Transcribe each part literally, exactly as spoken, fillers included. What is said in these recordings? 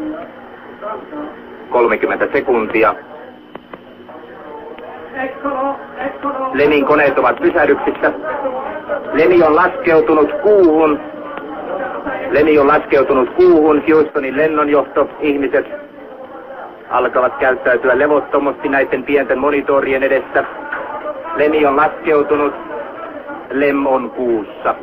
kolmekymmentä sekuntia. Lemin koneet ovat pysähdyksissä. Lemi on laskeutunut kuuhun. Lemi on laskeutunut kuuhun. Houstonin lennonjohto. Ihmiset alkavat käyttäytyä levottomasti näiden pienten monitorien edessä. Lemi on laskeutunut. Lem on kuussa.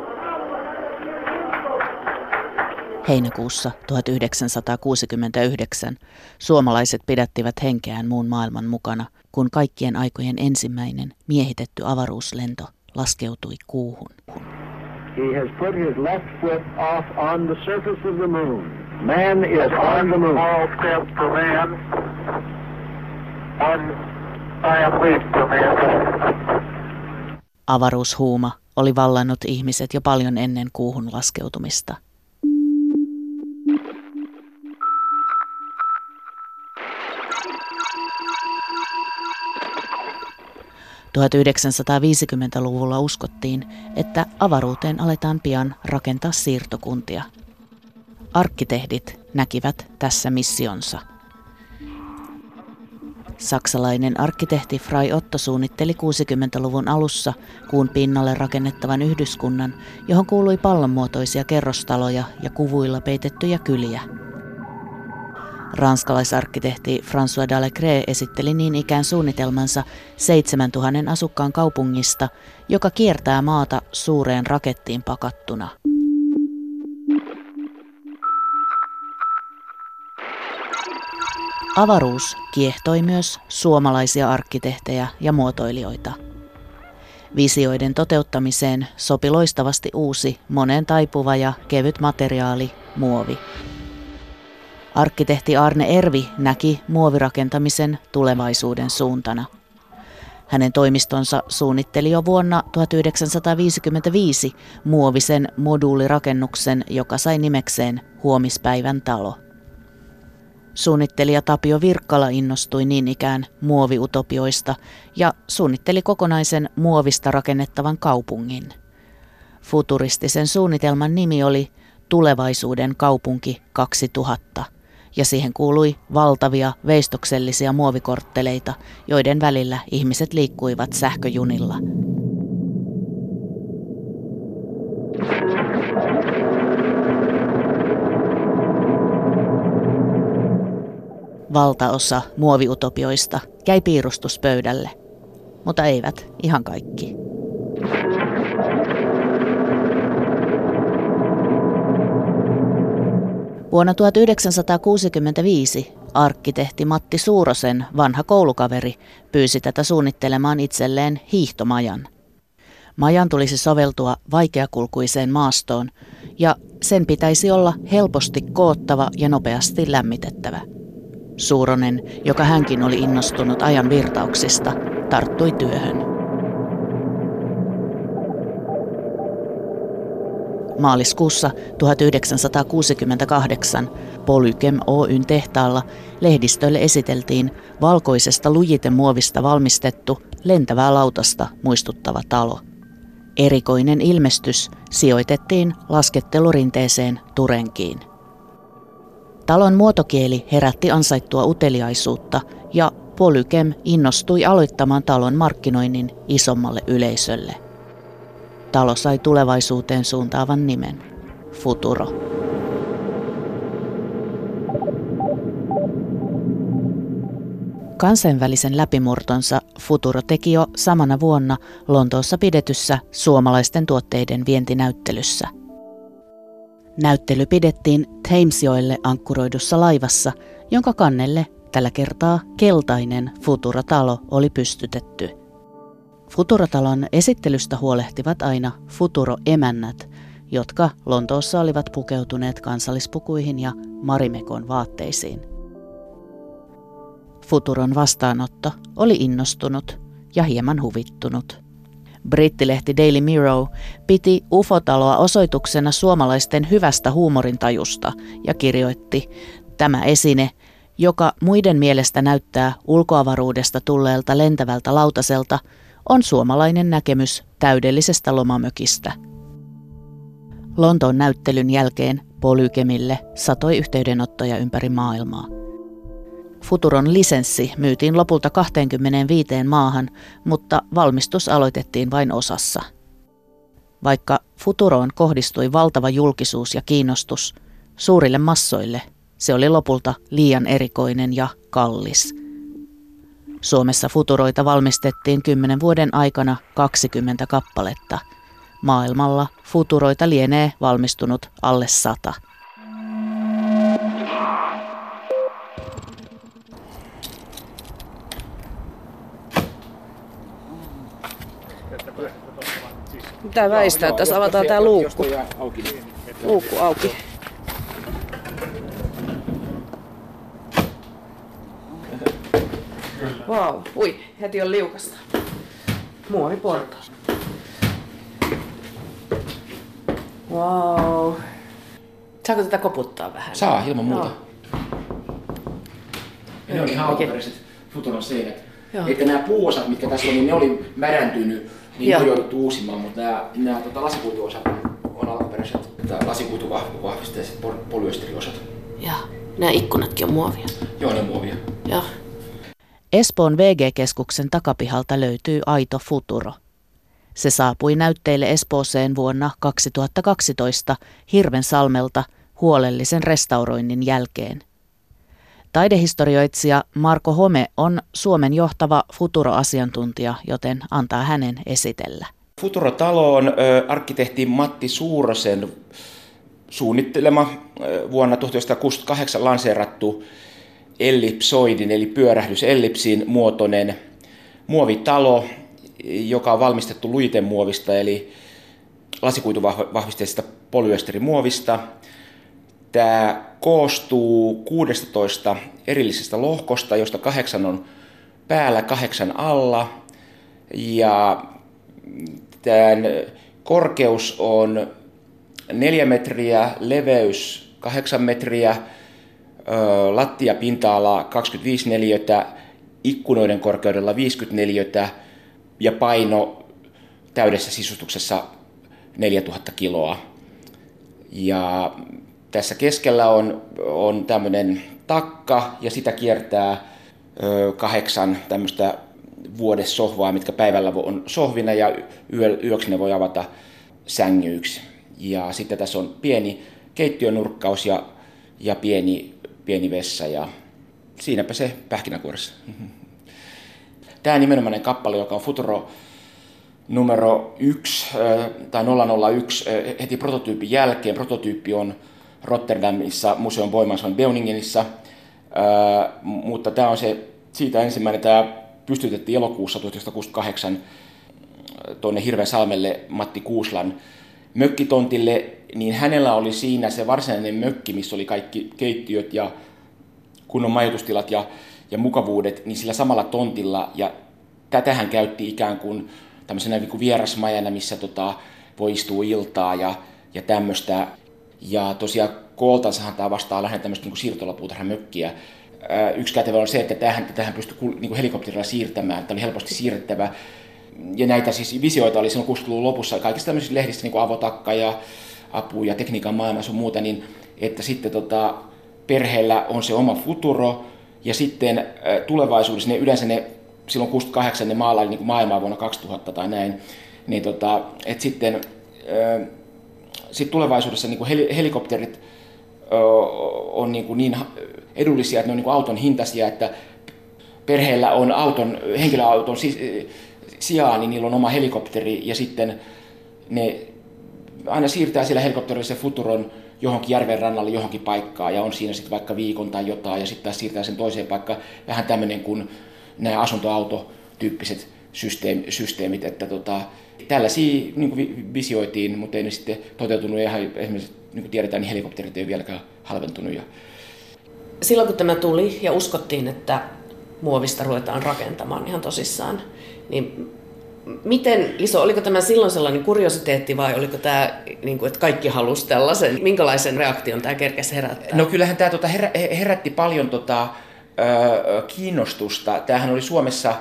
Heinäkuussa tuhatyhdeksänsataakuusikymmentäyhdeksän suomalaiset pidättivät henkeään muun maailman mukana, kun kaikkien aikojen ensimmäinen miehitetty avaruuslento laskeutui kuuhun. He has put his left foot off on the surface of the moon. Man is on the moon. Small step for man. One giant leap for mankind. Avaruushuuma oli vallannut ihmiset jo paljon ennen kuuhun laskeutumista. tuhatyhdeksänsataaviisikymmentäluvulla uskottiin, että avaruuteen aletaan pian rakentaa siirtokuntia. Arkkitehdit näkivät tässä missionsa. Saksalainen arkkitehti Fray Otto suunnitteli kuusikymmentäluvun alussa kuun pinnalle rakennettavan yhdyskunnan, johon kuului pallonmuotoisia kerrostaloja ja kuvuilla peitettyjä kyliä. Ranskalaisarkkitehti François Dallecré esitteli niin ikään suunnitelmansa seitsemäntuhannen asukkaan kaupungista, joka kiertää maata suureen rakettiin pakattuna. Avaruus kiehtoi myös suomalaisia arkkitehtejä ja muotoilijoita. Visioiden toteuttamiseen sopi loistavasti uusi, moneen taipuva ja kevyt materiaali, muovi. Arkkitehti Arne Ervi näki muovirakentamisen tulevaisuuden suuntana. Hänen toimistonsa suunnitteli jo vuonna tuhatyhdeksänsataaviisikymmentäviisi muovisen moduulirakennuksen, joka sai nimekseen Huomispäivän talo. Suunnittelija Tapio Virkkala innostui niin ikään muoviutopioista ja suunnitteli kokonaisen muovista rakennettavan kaupungin. Futuristisen suunnitelman nimi oli Tulevaisuuden kaupunki kaksituhatta, ja siihen kuului valtavia veistoksellisia muovikortteleita, joiden välillä ihmiset liikkuivat sähköjunilla. Valtaosa muoviutopioista jäi piirustuspöydälle, mutta eivät ihan kaikki. Vuonna tuhatyhdeksänsataakuusikymmentäviisi arkkitehti Matti Suurosen vanha koulukaveri pyysi tätä suunnittelemaan itselleen hiihtomajan. Majan tulisi soveltua vaikeakulkuiseen maastoon ja sen pitäisi olla helposti koottava ja nopeasti lämmitettävä. Suuronen, joka hänkin oli innostunut ajan virtauksista, tarttui työhön. Maaliskuussa tuhatyhdeksänsataakuusikymmentäkahdeksan Polychem Oyn tehtaalla lehdistölle esiteltiin valkoisesta lujitemuovista valmistettu lentävää lautasta muistuttava talo. Erikoinen ilmestys sijoitettiin laskettelurinteeseen Turenkiin. Talon muotokieli herätti ansaittua uteliaisuutta ja Polychem innostui aloittamaan talon markkinoinnin isommalle yleisölle. Talo sai tulevaisuuteen suuntaavan nimen, Futuro. Kansainvälisen läpimurtonsa Futuro teki jo samana vuonna Lontoossa pidetyssä suomalaisten tuotteiden vientinäyttelyssä. Näyttely pidettiin Thamesjoelle ankkuroidussa laivassa, jonka kannelle tällä kertaa keltainen Futuro-talo oli pystytetty. Futuro-talon esittelystä huolehtivat aina Futuro-emännät, jotka Lontoossa olivat pukeutuneet kansallispukuihin ja Marimekon vaatteisiin. Futuron vastaanotto oli innostunut ja hieman huvittunut. Brittilehti Daily Mirror piti U F O-taloa osoituksena suomalaisten hyvästä huumorintajusta ja kirjoitti: "Tämä esine, joka muiden mielestä näyttää ulkoavaruudesta tulleelta lentävältä lautaselta, on suomalainen näkemys täydellisestä lomamökistä." Lontoon näyttelyn jälkeen Polykemille satoi yhteydenottoja ympäri maailmaa. Futuron lisenssi myytiin lopulta kaksikymmentäviisi maahan, mutta valmistus aloitettiin vain osassa. Vaikka Futuroon kohdistui valtava julkisuus ja kiinnostus, suurille massoille se oli lopulta liian erikoinen ja kallis. Suomessa futuroita valmistettiin kymmenen vuoden aikana kaksikymmentä kappaletta. Maailmalla futuroita lienee valmistunut alle sata. Mitä väistää, että tässä avataan tää luukku. Luukku auki. Vau, wow. Ui, heti on liukasta. Muoviporta. Wow. Saako tätä koputtaa vähän? Saa, ilman muuta. No. Ja ne on ihan alkuperäiset Futuron seinät. Joo. Että nämä puuosat, mitkä tässä on, niin ne oli märäntynyt, niin on jouduttu uusimaan, mutta nämä, nämä tota, lasikuituosat on alkuperäiset lasikuituvahvisteiset polyesteriosat. Joo, nämä ikkunatkin on muovia. Joo, ne on muovia. Joo. Espoon V G-keskuksen takapihalta löytyy aito Futuro. Se saapui näytteille Espooseen vuonna kaksituhattakaksitoista Hirvensalmelta huolellisen restauroinnin jälkeen. Taidehistorioitsija Marko Home on Suomen johtava Futuro-asiantuntija, joten antaa hänen esitellä. Futuro-talo on arkkitehti Matti Suurosen suunnittelema vuonna tuhatyhdeksänsataakuusikymmentäkahdeksan lanseerattu ellipsoidin eli pyörähdysellipsin muotoinen muovitalo, joka on valmistettu luitemuovista eli lasikuituvahvisteisesta polyesterimuovista. Tämä koostuu kuusitoista erillisestä lohkosta, josta kahdeksan on päällä, kahdeksan alla. Ja tämän korkeus on neljä metriä, leveys kahdeksan metriä, lattiapinta-ala kaksikymmentäviisi neliötä, ikkunoiden korkeudella viisikymmentä neliötä ja paino täydessä sisustuksessa neljätuhatta kiloa. Ja tässä keskellä on, on tämmöinen takka ja sitä kiertää ö, kahdeksan tämmöistä vuodessohvaa, mitkä päivällä on sohvina ja yö, yöksi ne voi avata sängyiksi. Ja sitten tässä on pieni keittiönurkkaus ja, ja pieni, pieni vessa ja siinäpä se pähkinäkuoressa. Tämä nimenomainen kappale, joka on Futuro numero yksi tai nolla nolla yksi heti prototyypin jälkeen. Prototyyppi on Rotterdamissa, museon voimassa on Beuningenissa, ää, mutta tämä on se, siitä ensimmäinen, tämä pystytettiin elokuussa tuhatyhdeksänsataakuusikymmentäkahdeksan tuonne Hirvensalmelle Matti Kuuslan mökkitontille, niin hänellä oli siinä se varsinainen mökki, missä oli kaikki keittiöt ja kunnon majoitustilat ja, ja mukavuudet, niin sillä samalla tontilla, ja tätä hän käytti ikään kuin tämmöisenä niin kuin vierasmajana, missä tota, voi istua iltaa ja, ja tämmöistä. Ja tosiaan kooltansahan tämä vastaa lähinnä tämmöistä niin kuin siirtolapuutarhamökkiä. Yksi kätevä on se, että tähän, tähän pystyi niin helikopterilla siirtämään, tämä oli helposti siirrettävä. Ja näitä siis visioita oli silloin kuusikymmentäluvun lopussa kaikissa tämmöisissä lehdissä, niin kuin Avotakka ja Apu ja Tekniikan maailmassa ja muuta, niin että sitten tota, perheellä on se oma Futuro, ja sitten tulevaisuudessa ne yleensä ne, silloin kuusikymmentäkahdeksan ne maalaili niin kuin maailmaa vuonna kaksituhatta tai näin, niin tota, että sitten sit tulevaisuudessa niin kuin helikopterit on niin, kuin niin edullisia, että ne on niin kuin auton hintaisia, että perheellä on auton, henkilöauton sijaan, niin niillä on oma helikopteri ja sitten ne aina siirtää siellä helikopterilla se Futuron johonkin järven rannalle johonkin paikkaan ja on siinä sitten vaikka viikon tai jotain ja sitten taas siirtää sen toiseen paikkaan. Vähän tämmöinen kuin nämä asuntoautotyyppiset systeemit, että tota, tällaisia niin kuin visioitiin, mutta ei ne sitten toteutunut ja esimerkiksi niin kuin tiedetään, niin helikopterit ei ole vieläkään halventunut. Ja silloin kun tämä tuli ja uskottiin, että muovista ruvetaan rakentamaan ihan tosissaan, niin miten iso, oliko tämä silloin sellainen kuriositeetti vai oliko tämä, niin kuin, että kaikki halusi tällaisen? Minkälaisen reaktion tämä kerkesi herättää? No kyllähän tämä tota, herätti paljon tota, ö, kiinnostusta. Tämähän oli Suomessa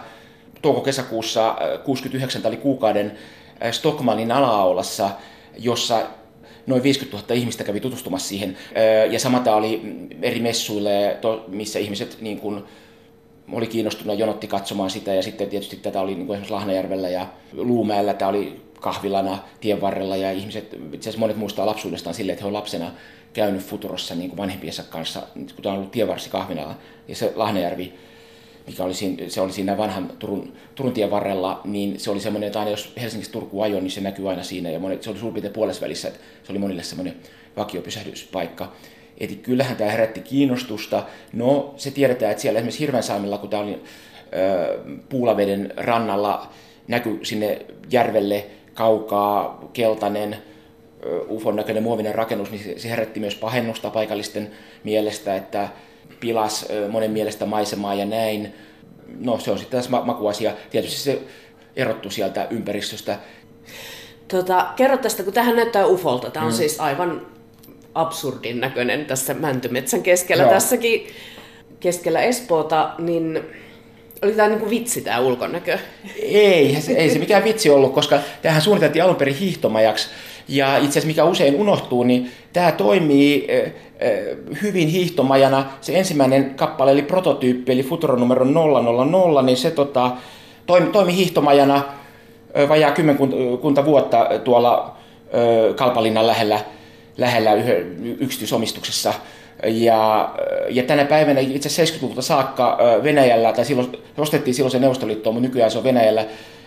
touko-kesäkuussa kuusikymmentäyhdeksän, tämä oli kuukauden Stockmannin ala-aulassa, jossa noin viisikymmentätuhatta ihmistä kävi tutustumassa siihen. Ja samata oli eri messuille, missä ihmiset niin kuin oli kiinnostunut, jonotti katsomaan sitä, ja sitten tietysti tätä oli niin kuin esimerkiksi Lahnajärvellä ja Luumäellä, tämä oli kahvilana tien varrella, ja ihmiset, itse asiassa monet muistaa lapsuudestaan silleen, että he on lapsena käynyt Futurossa niin kuin vanhempiensa kanssa, kun tämä on ollut tienvarsi kahvilana, ja se Lahnajärvi, mikä oli siinä, se oli siinä vanhan Turun, Turun tien varrella, niin se oli semmoinen, että aina jos Helsingistä Turkuun ajoin, niin se näkyy aina siinä, ja monet, se oli suurin piirtein puolessa välissä, että se oli monille semmoinen vakiopysähdyspaikka. Eli kyllähän tämä herätti kiinnostusta. No, se tiedetään, että siellä esimerkiksi Hirvensalmella, kun tämä oli ö, Puulaveden rannalla, näkyi sinne järvelle kaukaa keltainen U F O-n näköinen muovinen rakennus, niin se herätti myös pahennusta paikallisten mielestä, että pilas monen mielestä maisemaa ja näin. No, se on sitten taas makuasia. Tietysti se erottu sieltä ympäristöstä. Tota, kerro tästä, kun tähän näyttää U F Olta. Tämä on mm. siis aivan absurdin näköinen tässä Mäntymetsän keskellä. Joo. Tässäkin keskellä Espoota, niin oli tämä niin kuin vitsi tämä ulkonäkö? Ei, ei se mikään vitsi ollut, koska tämähän suunniteltiin alun perin hiihtomajaksi. Ja itse asiassa mikä usein unohtuu, niin tämä toimii hyvin hiihtomajana. Se ensimmäinen kappale eli prototyyppi, eli Futuro numero nolla nolla nolla, niin se tota, toimi, toimi hiihtomajana vajaa kymmenkunta vuotta tuolla Kalpalinnan lähellä, lähellä yksityisomistuksessa. Ja, ja tänä päivänä itse asiassa seitsemänkymmentäluvulta saakka Venäjällä, tai silloin, ostettiin silloin se Neuvostoliittoon, mutta nykyään se on Venäjällä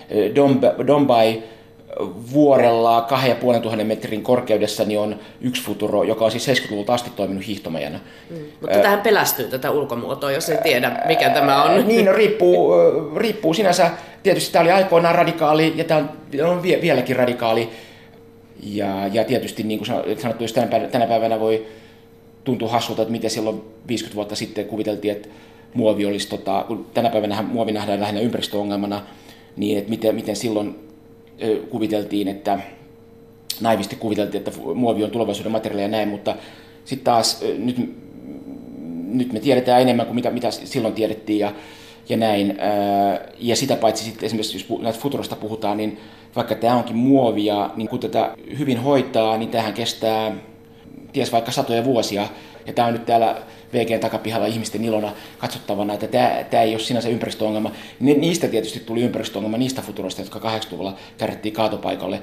Dombai vuorella kahden ja puolen tuhannen metrin korkeudessa niin on yksi Futuro, joka on siis seitsemänkymmentäluvulta asti toiminut hiihtomajana. Mm, mutta tähän pelästyy tätä ulkomuotoa, jos ei tiedä, mikä tämä on. Niin, no, riippuu, riippuu sinänsä. Tietysti tämä oli aikoinaan radikaali ja tämä on, on vieläkin radikaali. Ja, ja tietysti niin kuin sanottu, jos tänä päivänä, tänä päivänä voi tuntua hassulta, että miten silloin viisikymmentä vuotta sitten kuviteltiin, että muovi olisi, tota, kun tänä päivänä muovi nähdään lähinnä ympäristöongelmana, niin että miten, miten silloin kuviteltiin, että naivisti kuviteltiin, että muovi on tulevaisuuden materiaalia ja näin, mutta sitten taas nyt, nyt me tiedetään enemmän kuin mitä, mitä silloin tiedettiin ja, ja näin. Ja sitä paitsi sitten esimerkiksi, jos näitä Futurosta puhutaan, niin vaikka tämä onkin muovia, niin kun tätä hyvin hoitaa, niin tämähän kestää ties vaikka satoja vuosia. Ja tämä on nyt täällä V G:n takapihalla ihmisten ilona katsottavana, että tämä, tämä ei ole sinänsä ympäristöongelma. Niistä tietysti tuli ympäristöongelma niistä Futuroista, jotka kahdeksankymmentäluvulla kärrättiin kaatopaikalle.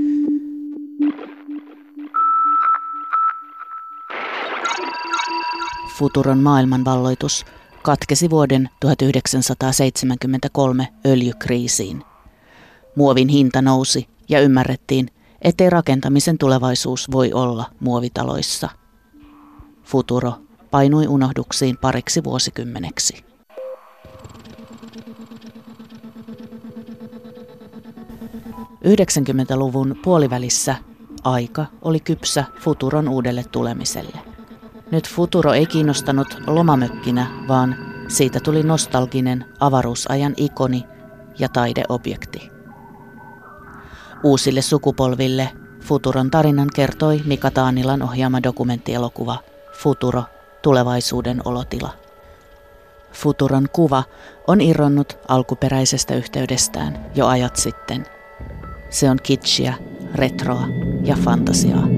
Futuron maailmanvalloitus katkesi vuoden tuhatyhdeksänsataaseitsemänkymmentäkolme öljykriisiin. Muovin hinta nousi ja ymmärrettiin, ettei rakentamisen tulevaisuus voi olla muovitaloissa. Futuro painui unohduksiin pariksi vuosikymmeneksi. yhdeksänkymmentäluvun puolivälissä aika oli kypsä Futuron uudelle tulemiselle. Nyt Futuro ei kiinnostanut lomamökkinä, vaan siitä tuli nostalginen avaruusajan ikoni ja taideobjekti. Uusille sukupolville Futuron tarinan kertoi Mika Taanilan ohjaama dokumenttielokuva Futuro, tulevaisuuden olotila. Futuron kuva on irronnut alkuperäisestä yhteydestään jo ajat sitten. Se on kitschiä, retroa ja fantasiaa.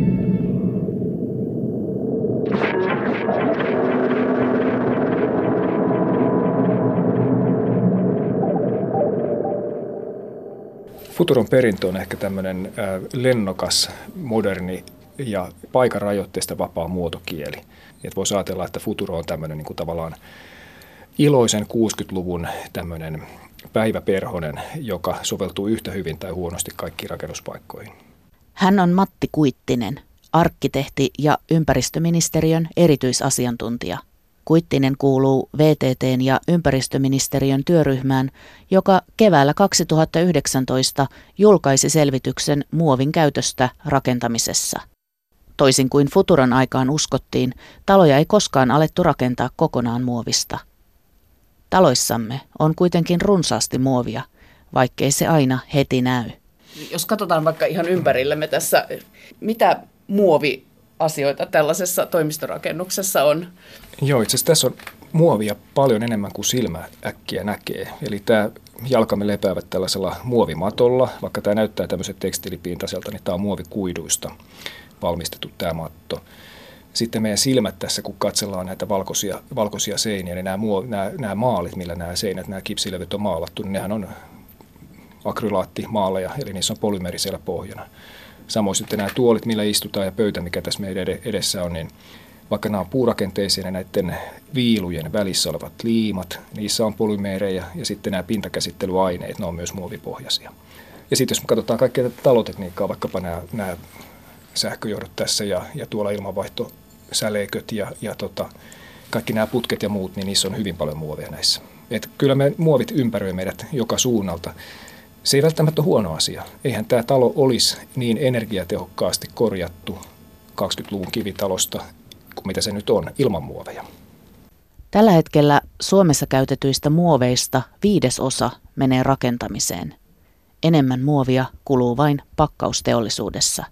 Futuron perintö on ehkä tämmöinen lennokas, moderni ja paikarajoitteista vapaa muotokieli. Et voisi ajatella, että Futuro on tämmöinen niin kuin tavallaan iloisen kuusikymmentäluvun tämmöinen päiväperhonen, joka soveltuu yhtä hyvin tai huonosti kaikkiin rakennuspaikkoihin. Hän on Matti Kuittinen, arkkitehti ja ympäristöministeriön erityisasiantuntija. Kuittinen kuuluu V T T:n ja ympäristöministeriön työryhmään, joka keväällä kaksituhattayhdeksäntoista julkaisi selvityksen muovin käytöstä rakentamisessa. Toisin kuin Futuron aikaan uskottiin, taloja ei koskaan alettu rakentaa kokonaan muovista. Taloissamme on kuitenkin runsaasti muovia, vaikkei se aina heti näy. Jos katsotaan vaikka ihan ympärillemme tässä, mitä muoviasioita tällaisessa toimistorakennuksessa on? Joo, itse asiassa tässä on muovia paljon enemmän kuin silmä äkkiä näkee. Eli tämä jalkamme lepäävät tällaisella muovimatolla, vaikka tämä näyttää tämmöiset tekstiilipintaiselta, niin tämä on muovikuiduista. valmistettu tämä matto. Sitten meidän silmät tässä, kun katsellaan näitä valkoisia, valkoisia seiniä, niin nämä, muo, nämä, nämä maalit, millä nämä seinät, nämä kipsilevyt on maalattu, niin nehän on akrylaattimaaleja, eli niissä on polymeri siellä pohjana. Samoin sitten nämä tuolit, millä istutaan ja pöytä, mikä tässä meidän edessä on, niin vaikka nämä on puurakenteisia, niin näiden viilujen välissä olevat liimat, niissä on polymeerejä ja sitten nämä pintakäsittelyaineet, ne on myös muovipohjaisia. Ja sitten jos me katsotaan kaikkea tätä talotekniikkaa, vaikkapa nämä, nämä sähköjohdot tässä ja, ja tuolla ilmanvaihtosäleiköt ja, ja tota, kaikki nämä putket ja muut, niin niissä on hyvin paljon muovia näissä. Et kyllä me muovit ympäröi meidät joka suunnalta. Se ei välttämättä ole huono asia. Eihän tämä talo olisi niin energiatehokkaasti korjattu kaksikymmentäluvun kivitalosta kuin mitä se nyt on, ilman muoveja. Tällä hetkellä Suomessa käytetyistä muoveista viidesosa menee rakentamiseen. Enemmän muovia kuluu vain pakkausteollisuudessa.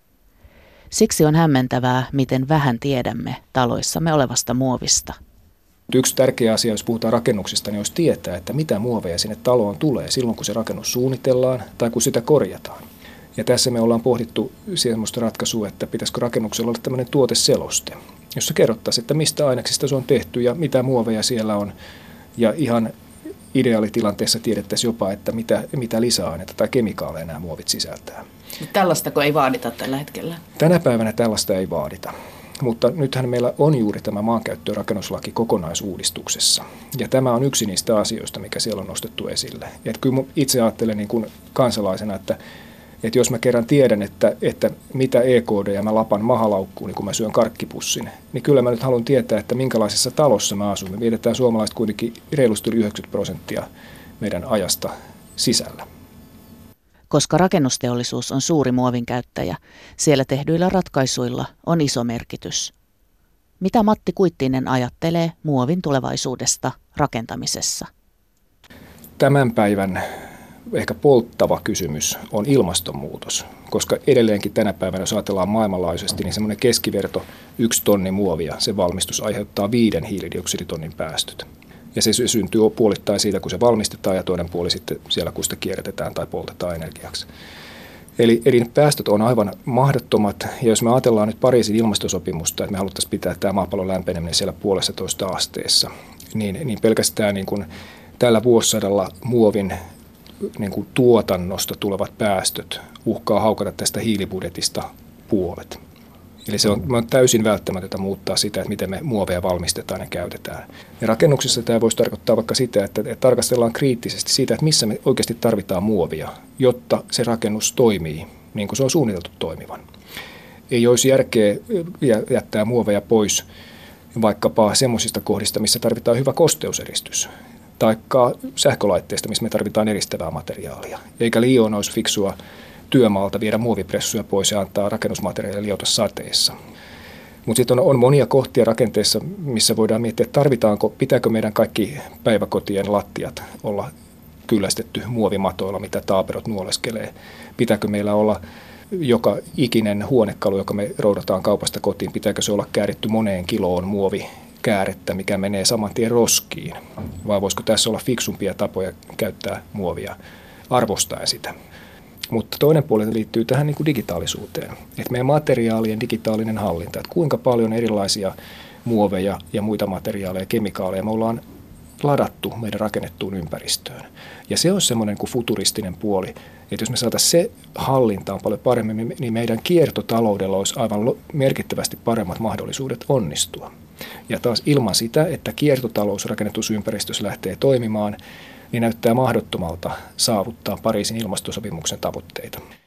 Siksi on hämmentävää, miten vähän tiedämme taloissamme olevasta muovista. Yksi tärkeä asia, jos puhutaan rakennuksista, niin olisi tietää, että mitä muoveja sinne taloon tulee silloin, kun se rakennus suunnitellaan tai kun sitä korjataan. Ja tässä me ollaan pohdittu sellaista ratkaisua, että pitäisikö rakennuksella olla tämmöinen tuoteseloste, jossa kerrottaisiin, että mistä aineksista se on tehty ja mitä muoveja siellä on. Ja ihan ideaalitilanteessa tiedettäisiin jopa, että mitä, mitä lisäaineita tai kemikaaleja nämä muovit sisältää. Tällaistako ei vaadita tällä hetkellä? Tänä päivänä tällaista ei vaadita. Mutta nythän meillä on juuri tämä maankäyttö- ja rakennuslaki kokonaisuudistuksessa. Ja tämä on yksi niistä asioista, mikä siellä on nostettu esille. Ja kyllä itse ajattelen niin kuin kansalaisena, että, että jos mä kerran tiedän, että, että mitä E K D mä lapan mahalaukkuun, niin kun mä syön karkkipussin, niin kyllä mä nyt haluan tietää, että minkälaisessa talossa mä asun. Me vietetään suomalaiset kuitenkin reilusti yli yhdeksänkymmentä prosenttia meidän ajasta sisällä. Koska rakennusteollisuus on suuri muovin käyttäjä, siellä tehdyillä ratkaisuilla on iso merkitys. Mitä Matti Kuittinen ajattelee muovin tulevaisuudesta rakentamisessa? Tämän päivän ehkä polttava kysymys on ilmastonmuutos, koska edelleenkin tänä päivänä, jos ajatellaan maailmanlaajuisesti, niin semmoinen keskiverto yksi tonni muovia, sen valmistus aiheuttaa viiden hiilidioksiditonnin päästöt. Ja se syntyy puolittain siitä, kun se valmistetaan ja toinen puoli sitten siellä, kun sitä kierrätetään tai poltetaan energiaksi. Eli, eli päästöt on aivan mahdottomat. Ja jos me ajatellaan nyt Pariisin ilmastosopimusta, että me haluttaisiin pitää tämä maapallon lämpeneminen siellä puolessatoista asteessa, niin, niin pelkästään niin kuin tällä vuosisadalla muovin niin kuin tuotannosta tulevat päästöt uhkaa haukata tästä hiilibudjetista puolet. Eli se on, on täysin välttämätöntä muuttaa sitä, että miten me muoveja valmistetaan ja käytetään. Ja rakennuksissa tämä voisi tarkoittaa vaikka sitä, että, että tarkastellaan kriittisesti siitä, että missä me oikeasti tarvitaan muovia, jotta se rakennus toimii niin kuin se on suunniteltu toimivan. Ei olisi järkeä jättää muoveja pois vaikkapa semmoisista kohdista, missä tarvitaan hyvä kosteuseristys, taikka sähkölaitteista, missä me tarvitaan eristävää materiaalia. Eikä liioin olisi fiksua työmaalta viedä muovipressuja pois ja antaa rakennusmateriaalia liota sateessa. Mutta sitten on, on monia kohtia rakenteessa, missä voidaan miettiä, että tarvitaanko, pitääkö meidän kaikki päiväkotien lattiat olla kyllästetty muovimatoilla, mitä taaperot nuoleskelee. Pitääkö meillä olla joka ikinen huonekalu, joka me roudataan kaupasta kotiin, pitääkö se olla kääritty moneen kiloon muovikäärettä, mikä menee saman tien roskiin. Vai voisiko tässä olla fiksumpia tapoja käyttää muovia arvostaen sitä. Mutta toinen puoli liittyy tähän niin kuin digitaalisuuteen, että meidän materiaalien digitaalinen hallinta, että kuinka paljon erilaisia muoveja ja muita materiaaleja ja kemikaaleja me ollaan ladattu meidän rakennettuun ympäristöön. Ja se on semmoinen kuin futuristinen puoli, että jos me saataisiin se hallintaan paljon paremmin, niin meidän kiertotaloudella olisi aivan merkittävästi paremmat mahdollisuudet onnistua. Ja taas ilman sitä, että kiertotalous rakennetussa ympäristössä lähtee toimimaan, niin näyttää mahdottomalta saavuttaa Pariisin ilmastosopimuksen tavoitteita.